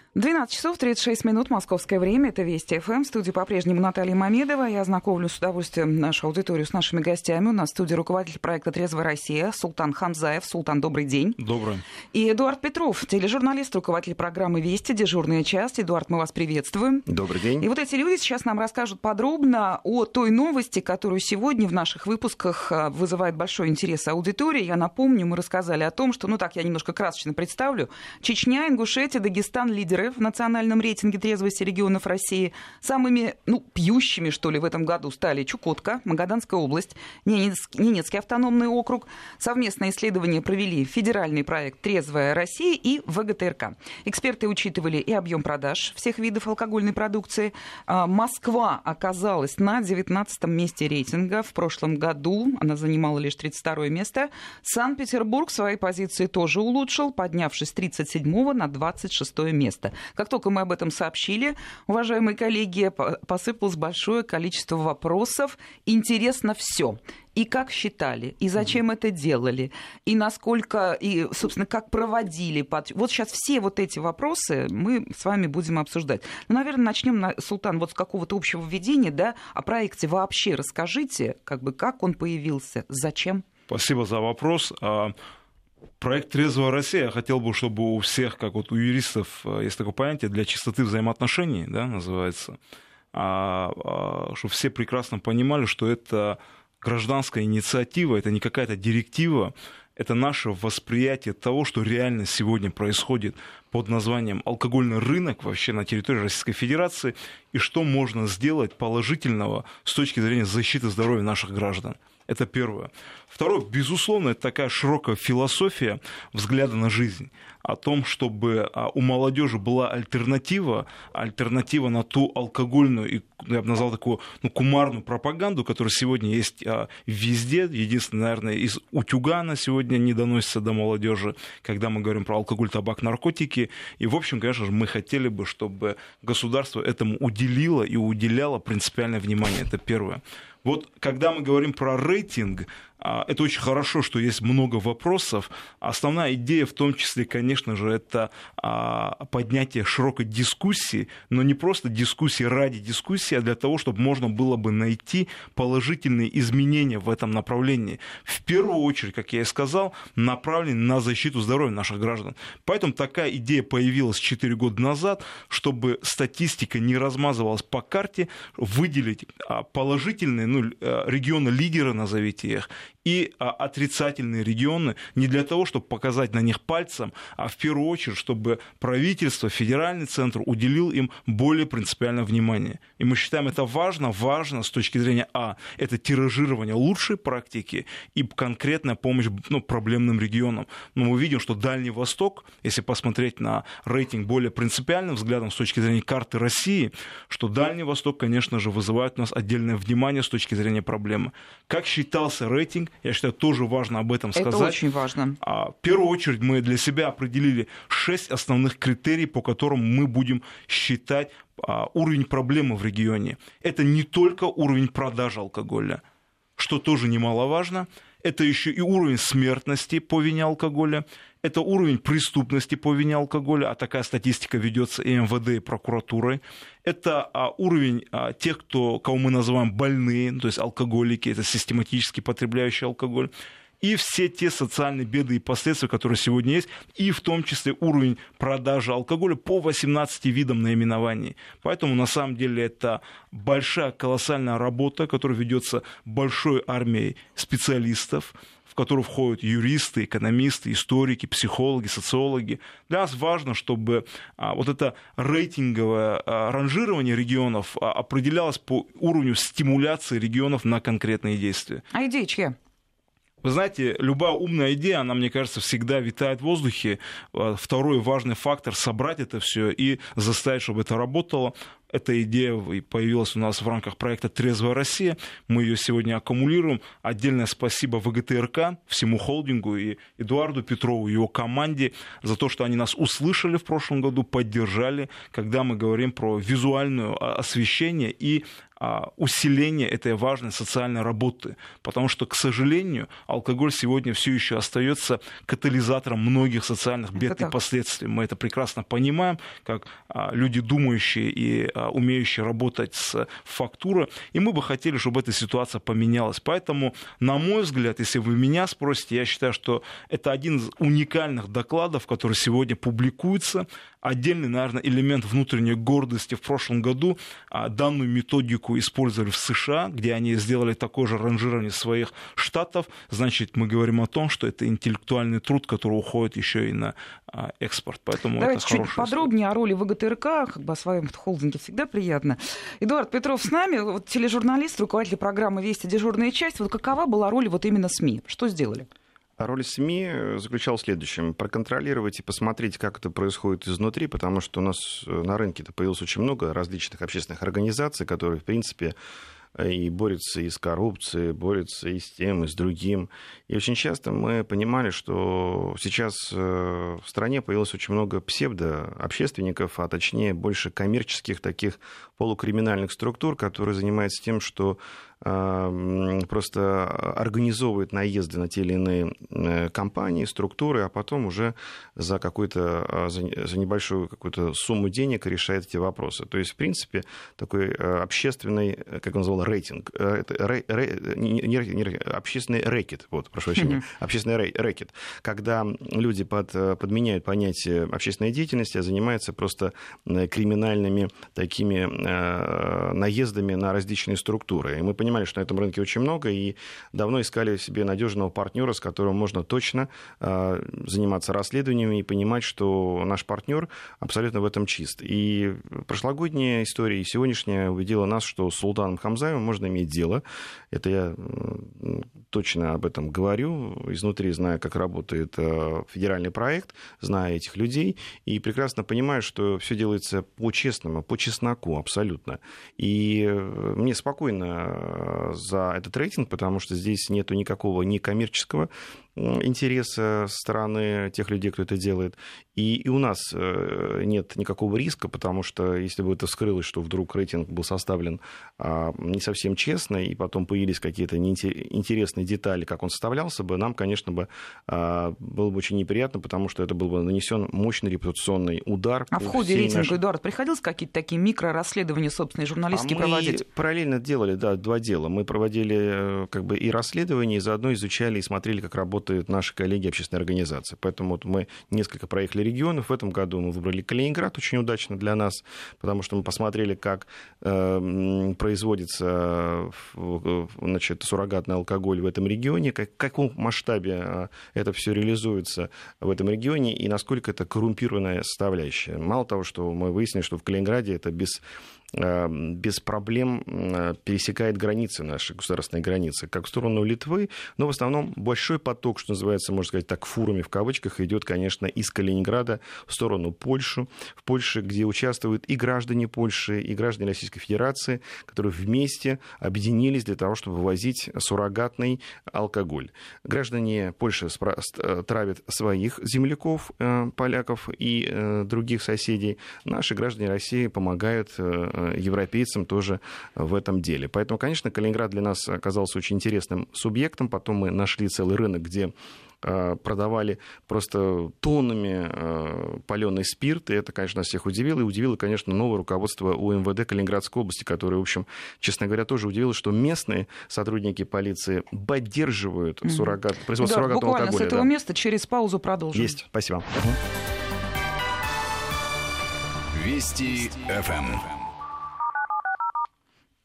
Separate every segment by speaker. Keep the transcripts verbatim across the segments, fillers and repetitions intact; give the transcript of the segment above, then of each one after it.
Speaker 1: двенадцать часов тридцать шесть минут, московское время, это Вести ФМ. В студии по-прежнему Наталья Мамедова. Я знакомлю с удовольствием нашу аудиторию с нашими гостями. У нас в студии руководитель проекта «Трезвая Россия» Султан Хамзаев. Султан, добрый день.
Speaker 2: Добрый.
Speaker 1: И Эдуард Петров, тележурналист, руководитель программы «Вести», дежурная часть. Эдуард, мы вас приветствуем.
Speaker 3: Добрый день.
Speaker 1: И вот эти люди сейчас нам расскажут подробно о той новости, которую сегодня в наших выпусках вызывает большой интерес аудитории. Я напомню, мы рассказали о том, что, ну так, я немножко красочно представлю, Чечня, Ингушетия, Дагестан — лидеры в национальном рейтинге трезвости регионов России. Самыми, ну, пьющими, что ли, в этом году стали Чукотка, Магаданская область, Ненецкий, Ненецкий автономный округ. Совместное исследование провели федеральный проект «Трезвая Россия» и ВГТРК. Эксперты учитывали и объем продаж всех видов алкогольной продукции. Москва оказалась на девятнадцатом месте рейтинга. В прошлом году она занимала лишь тридцать второе место. Санкт-Петербург свои позиции тоже улучшил, поднявшись с тридцать седьмого на двадцать шестое место. Как только мы об этом сообщили, уважаемые коллеги, посыпалось большое количество вопросов. Интересно все. И как считали, и зачем mm-hmm. это делали, и насколько, и, собственно, как проводили. Вот сейчас все вот эти вопросы мы с вами будем обсуждать. Ну, наверное, начнем, Султан, вот с какого-то общего введения, да, о проекте вообще расскажите, как бы, как он появился, зачем?
Speaker 2: Спасибо за вопрос. Проект «Трезвая Россия», я хотел бы, чтобы у всех, как вот у юристов, есть такое понятие для чистоты взаимоотношений, да, называется, чтобы все прекрасно понимали, что это гражданская инициатива, это не какая-то директива, это наше восприятие того, что реально сегодня происходит под названием алкогольный рынок вообще на территории Российской Федерации, и что можно сделать положительного с точки зрения защиты здоровья наших граждан. Это первое. Второе, безусловно, это такая широкая философия взгляда на жизнь, о том, чтобы у молодежи была альтернатива, альтернатива на ту алкогольную и, я бы назвал, такую, ну, кумарную пропаганду, которая сегодня есть везде. Единственное, наверное, из утюга она сегодня не доносится до молодежи, когда мы говорим про алкоголь, табак, наркотики. И, в общем, конечно же, мы хотели бы, чтобы государство этому уделило и уделяло принципиальное внимание. Это первое. Вот когда мы говорим про рейтинг, это очень хорошо, что есть много вопросов. Основная идея в том числе, конечно же, это поднятие широкой дискуссии, но не просто дискуссии ради дискуссии, а для того, чтобы можно было бы найти положительные изменения в этом направлении. В первую очередь, как я и сказал, направлен на защиту здоровья наших граждан. Поэтому такая идея появилась четыре года назад, чтобы статистика не размазывалась по карте, выделить положительные, ну, регионы-лидеры, назовите их, и отрицательные регионы, не для того, чтобы показать на них пальцем, а в первую очередь, чтобы правительство, федеральный центр уделил им более принципиальное внимание. И мы считаем это важно, важно с точки зрения, а, это тиражирование лучшей практики и конкретная помощь, ну, проблемным регионам. Но мы видим, что Дальний Восток, если посмотреть на рейтинг более принципиальным взглядом с точки зрения карты России, что Дальний Восток, конечно же, вызывает у нас отдельное внимание с точки зрения проблемы. Как считался рейтинг? Я считаю, тоже важно об этом сказать.
Speaker 1: Это очень важно.
Speaker 2: В первую очередь мы для себя определили шесть основных критерий, по которым мы будем считать уровень проблемы в регионе. Это не только уровень продажи алкоголя, что тоже немаловажно. Это еще и уровень смертности по вине алкоголя. Это уровень преступности по вине алкоголя, а такая статистика ведется и эм вэ дэ, и прокуратурой. Это уровень тех, кто, кого мы называем больные, то есть алкоголики, это систематически потребляющие алкоголь. И все те социальные беды и последствия, которые сегодня есть, и в том числе уровень продажи алкоголя по восемнадцати видам наименований. Поэтому на самом деле это большая, колоссальная работа, которая ведется большой армией специалистов, в которую входят юристы, экономисты, историки, психологи, социологи. Для нас важно, чтобы вот это рейтинговое ранжирование регионов определялось по уровню стимуляции регионов на конкретные действия.
Speaker 1: А идея чья?
Speaker 2: Вы знаете, любая умная идея, она, мне кажется, всегда витает в воздухе. Второй важный фактор — собрать это все и заставить, чтобы это работало. эта идея появилась у нас в рамках проекта «Трезвая Россия». Мы ее сегодня аккумулируем. Отдельное спасибо ВГТРК, всему холдингу и Эдуарду Петрову и его команде за то, что они нас услышали в прошлом году, поддержали, когда мы говорим про визуальное освещение и усиление этой важной социальной работы. Потому что, к сожалению, алкоголь сегодня все еще остается катализатором многих социальных бед и последствий. Мы это прекрасно понимаем, как люди, думающие и умеющие работать с фактурой. И мы бы хотели, чтобы эта ситуация поменялась. Поэтому, на мой взгляд, если вы меня спросите, я считаю, что это один из уникальных докладов, который сегодня публикуется. Отдельный, наверное, элемент внутренней гордости. В прошлом году данную методику использовали в США, где они сделали такое же ранжирование своих штатов. Значит, мы говорим о том, что это интеллектуальный труд, который уходит еще и на экспорт. Поэтому
Speaker 1: давайте
Speaker 2: это
Speaker 1: чуть подробнее история. О роли ВГТРК, как бы о своем холдинге всегда приятно. Эдуард Петров с нами, вот, тележурналист, руководитель программы «Вести. Дежурная часть». Вот какова была роль вот именно СМИ? Что сделали?
Speaker 3: Роль СМИ заключалась в следующем. Проконтролировать и посмотреть, как это происходит изнутри, потому что у нас на рынке-то появилось очень много различных общественных организаций, которые, в принципе, и борются и с коррупцией, борются и с тем, и с другим. И очень часто мы понимали, что сейчас в стране появилось очень много псевдообщественников, а точнее больше коммерческих таких полукриминальных структур, которые занимаются тем, что просто организовывает наезды на те или иные компании, структуры, а потом уже за какую-то, за небольшую какую-то сумму денег решает эти вопросы. То есть, в принципе, такой общественный, как он назвал, рейтинг, ре, ре, не, не, не, общественный рэкет, вот, прошу прощения, mm-hmm. общественный рэкет, когда люди под, подменяют понятие общественной деятельности, а занимаются просто криминальными такими наездами на различные структуры. И мы понимаем, понимали, что на этом рынке очень много, и давно искали себе надежного партнера, с которым можно точно э, заниматься расследованиями и понимать, что наш партнер абсолютно в этом чист. И прошлогодняя история и сегодняшняя убедила нас, что с Султаном Хамзаевым можно иметь дело. Это я э, точно об этом говорю, изнутри зная, как работает э, федеральный проект, зная этих людей, и прекрасно понимаю, что все делается по-честному, по чесноку абсолютно. И э, мне спокойно за этот рейтинг, потому что здесь нету никакого ни коммерческого интереса со стороны тех людей, кто это делает. И, и у нас нет никакого риска, потому что если бы это вскрылось, что вдруг рейтинг был составлен а, не совсем честно, и потом появились какие-то интересные детали, как он составлялся бы, нам, конечно, бы, а, было бы очень неприятно, потому что это был бы нанесен мощный репутационный удар.
Speaker 1: А в ходе рейтинга, нашей... Эдуард, приходилось какие-то такие микрорасследования собственные журналистские а проводить?
Speaker 3: Мы параллельно делали, да, два дела. Мы проводили как бы и расследования, и заодно изучали и смотрели, как работает наши коллеги общественной организации. Поэтому вот мы несколько проехали регионов. В этом году мы выбрали Калининград, очень удачно для нас, потому что мы посмотрели, как э, производится значит, суррогатный алкоголь в этом регионе, как, в каком масштабе это все реализуется в этом регионе и насколько это коррумпированная составляющая. Мало того, что мы выяснили, что в Калининграде это без без проблем пересекает границы, наши государственные границы, как в сторону Литвы, но в основном большой поток, что называется, можно сказать так, фурами в кавычках, идет, конечно, из Калининграда в сторону Польши, в Польше, где участвуют и граждане Польши, и граждане Российской Федерации, которые вместе объединились для того, чтобы вывозить суррогатный алкоголь. Граждане Польши травят своих земляков, поляков и других соседей. Наши граждане России помогают европейцам тоже в этом деле. Поэтому, конечно, Калининград для нас оказался очень интересным субъектом. Потом мы нашли целый рынок, где продавали просто тоннами палёный спирт, и это, конечно, нас всех удивило, и удивило, конечно, новое руководство УМВД Калининградской области, которое, в общем, честно говоря, тоже удивило, что местные сотрудники полиции поддерживают mm-hmm. суррогат, производство да, суррогатного алкоголя.
Speaker 1: Буквально с этого да. места через паузу продолжим.
Speaker 3: Есть, спасибо.
Speaker 4: Вести эф эм.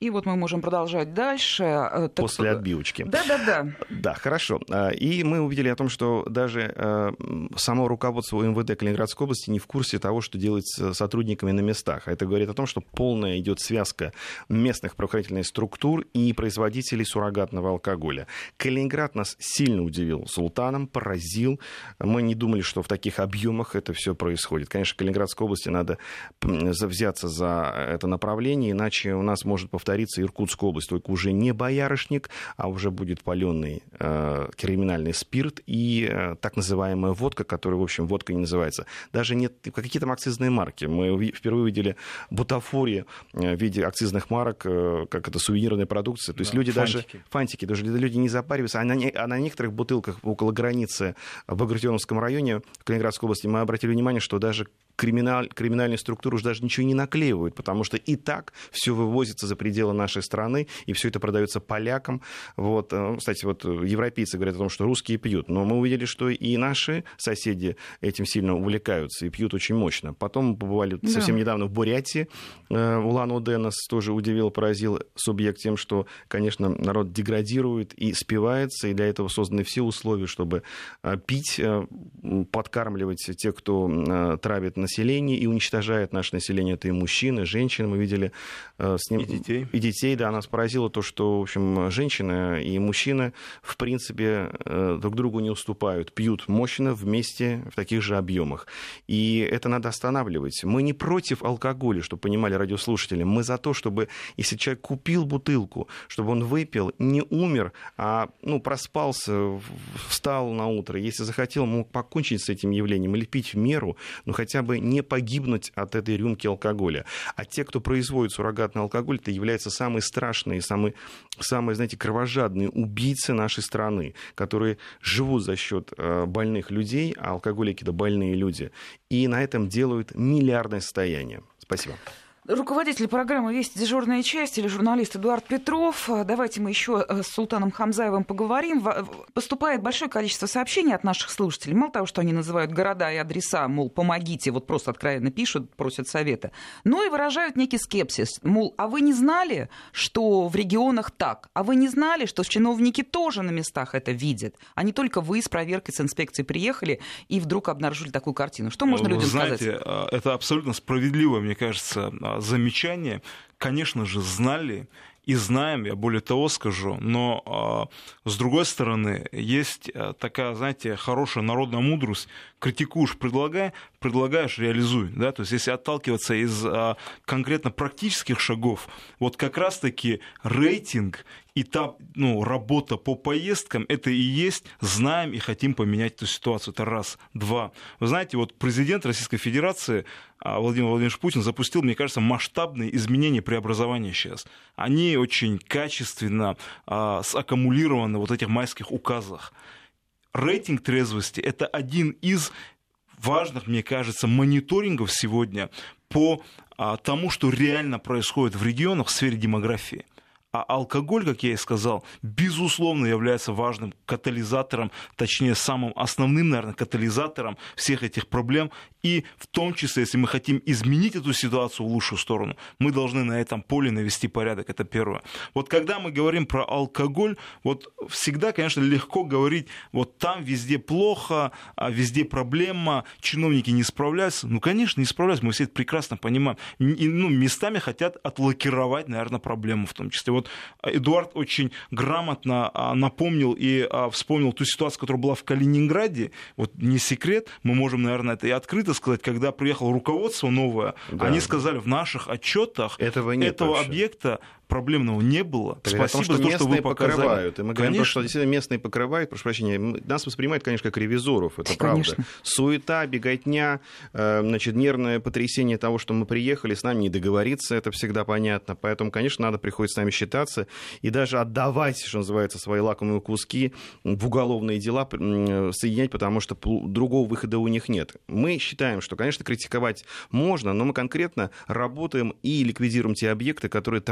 Speaker 1: И вот мы можем продолжать дальше.
Speaker 3: После так... отбивочки.
Speaker 1: Да-да-да.
Speaker 3: Да, хорошо. И мы увидели о том, что даже само руководство МВД Калининградской области не в курсе того, что делается с сотрудниками на местах. Это говорит о том, что полная идет связка местных правоохранительных структур и производителей суррогатного алкоголя. Калининград нас сильно удивил султаном, поразил. Мы не думали, что в таких объемах это все происходит. Конечно, Калининградской области надо взяться за это направление, иначе у нас может повториться Иркутская область, только уже не боярышник, а уже будет паленый э, криминальный спирт и э, так называемая водка, которая, в общем, водка не называется. Даже нет, какие там акцизные марки. Мы впервые видели бутафории в виде акцизных марок, э, как это сувенирная продукция. То есть да, люди фантики. даже... Фантики. Даже люди не запариваются. А на, а на некоторых бутылках около границы в Багратионовском районе в Калининградской области мы обратили внимание, что даже Криминаль, криминальные структуры уже даже ничего не наклеивают, потому что и так все вывозится за пределы нашей страны, и все это продается полякам. Вот. Кстати, вот европейцы говорят о том, что русские пьют, но мы увидели, что и наши соседи этим сильно увлекаются и пьют очень мощно. Потом мы побывали да. совсем недавно в Бурятии. Улан-Удэ нас тоже удивил, поразил субъект тем, что, конечно, народ деградирует и спивается, и для этого созданы все условия, чтобы пить, подкармливать тех, кто травит население и уничтожает наше население. Это и мужчины, женщины. Мы видели э, с ним... И детей. И детей, да. Нас поразило то, что, в общем, женщины и мужчины, в принципе, э, друг другу не уступают. Пьют мощно вместе в таких же объемах. И это надо останавливать. Мы не против алкоголя, чтобы понимали радиослушатели. Мы за то, чтобы, если человек купил бутылку, чтобы он выпил, не умер, а ну, проспался, встал на утро. Если захотел, мог покончить с этим явлением или пить в меру, но хотя бы не погибнуть от этой рюмки алкоголя. А те, кто производит суррогатный алкоголь, это являются самые страшные, самые, самые, знаете, кровожадные убийцы нашей страны, которые живут за счет больных людей, а алкоголики — это больные люди, и на этом делают миллиардное состояние. Спасибо.
Speaker 1: Руководитель программы «Вести дежурная часть» или журналист Эдуард Петров. Давайте мы еще с Султаном Хамзаевым поговорим. Поступает большое количество сообщений от наших слушателей. Мало того, что они называют города и адреса, мол, помогите, вот просто откровенно пишут, просят совета, но и выражают некий скепсис. Мол, а вы не знали, что в регионах так? А вы не знали, что чиновники тоже на местах это видят? А не только вы с проверкой, с инспекцией приехали и вдруг обнаружили такую картину. Что можно
Speaker 2: вы
Speaker 1: людям
Speaker 2: знаете,
Speaker 1: сказать?
Speaker 2: Это абсолютно справедливо, мне кажется, замечание. Конечно же, знали и знаем, я более того скажу, но с другой стороны, есть такая, знаете, хорошая народная мудрость: критикуешь, предлагай, предлагаешь, реализуй. Да? То есть если отталкиваться из конкретно практических шагов, вот как раз-таки рейтинг и та ну, работа по поездкам, это и есть знаем и хотим поменять эту ситуацию. Это раз. Два. Вы знаете, вот президент Российской Федерации Владимир Владимирович Путин запустил, мне кажется, масштабные изменения, преобразования сейчас. Они очень качественно а, саккумулированы в вот этих майских указах. Рейтинг трезвости — это один из важных, мне кажется, мониторингов сегодня по а, тому, что реально происходит в регионах в сфере демографии. А алкоголь, как я и сказал, безусловно является важным катализатором, точнее, самым основным, наверное, катализатором всех этих проблем. И в том числе, если мы хотим изменить эту ситуацию в лучшую сторону, мы должны на этом поле навести порядок. Это первое. Вот когда мы говорим про алкоголь, вот всегда, конечно, легко говорить, вот там везде плохо, везде проблема, чиновники не справляются. Ну, конечно, не справляются, мы все это прекрасно понимаем. И, ну, местами хотят отлакировать, наверное, проблему в том числе. Вот Эдуард очень грамотно напомнил и вспомнил ту ситуацию, которая была в Калининграде. Вот не секрет, мы можем, наверное, это и открыто сказать, когда приехало руководство новое, да. Они сказали, в наших отчетах этого, нет этого объекта проблемного не было.
Speaker 3: Так
Speaker 2: Спасибо
Speaker 3: том,
Speaker 2: за то, что вы показали.
Speaker 3: Покрывают. И мы говорим, то, что действительно местные покрывают, прошу прощения, нас воспринимают, конечно, как ревизоров, это конечно. Правда. Суета, беготня, значит, нервное потрясение того, что мы приехали, с нами не договориться, это всегда понятно. Поэтому, конечно, надо приходится с нами считаться и даже отдавать, что называется, свои лакомые куски в уголовные дела, соединять, потому что другого выхода у них нет. Мы считаем, что, конечно, критиковать можно, но мы конкретно работаем и ликвидируем те объекты, которые травили население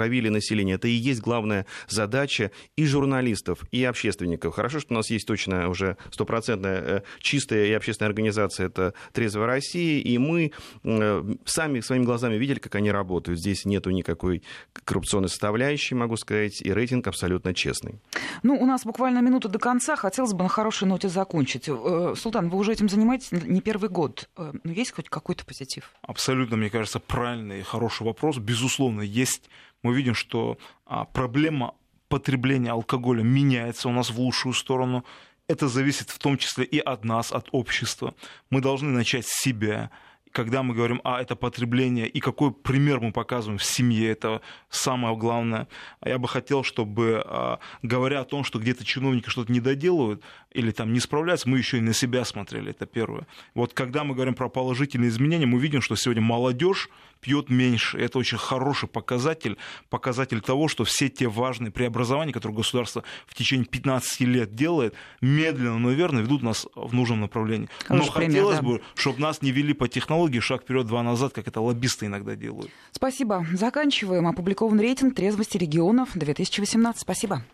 Speaker 3: населения. Это и есть главная задача и журналистов, и общественников. Хорошо, что у нас есть точно уже стопроцентная чистая и общественная организация, это «Трезвая Россия», и мы сами своими глазами видели, как они работают. Здесь нету никакой коррупционной составляющей, могу сказать, и рейтинг абсолютно честный.
Speaker 1: Ну, у нас буквально минута до конца. Хотелось бы на хорошей ноте закончить. Султан, вы уже этим занимаетесь не первый год. Ну, есть хоть какой-то позитив?
Speaker 2: Абсолютно, мне кажется, правильный и хороший вопрос. Безусловно, есть. Мы видим, что проблема потребления алкоголя меняется у нас в лучшую сторону. Это зависит в том числе и от нас, от общества. Мы должны начать с себя. Когда мы говорим, а, это потребление, и какой пример мы показываем в семье, это самое главное. Я бы хотел, чтобы, говоря о том, что где-то чиновники что-то не доделывают или там не справляются, мы еще и на себя смотрели, это первое. Вот когда мы говорим про положительные изменения, мы видим, что сегодня молодежь пьет меньше. Это очень хороший показатель, показатель того, что все те важные преобразования, которые государство в течение пятнадцати лет делает, медленно, но верно ведут нас в нужном направлении.
Speaker 1: Хороший
Speaker 2: но
Speaker 1: пример,
Speaker 2: хотелось
Speaker 1: да.
Speaker 2: бы, чтобы нас не вели по технологии шаг вперед, два назад, как это лоббисты иногда делают.
Speaker 1: Спасибо. Заканчиваем. Опубликован рейтинг трезвости регионов две тысячи восемнадцать. Спасибо.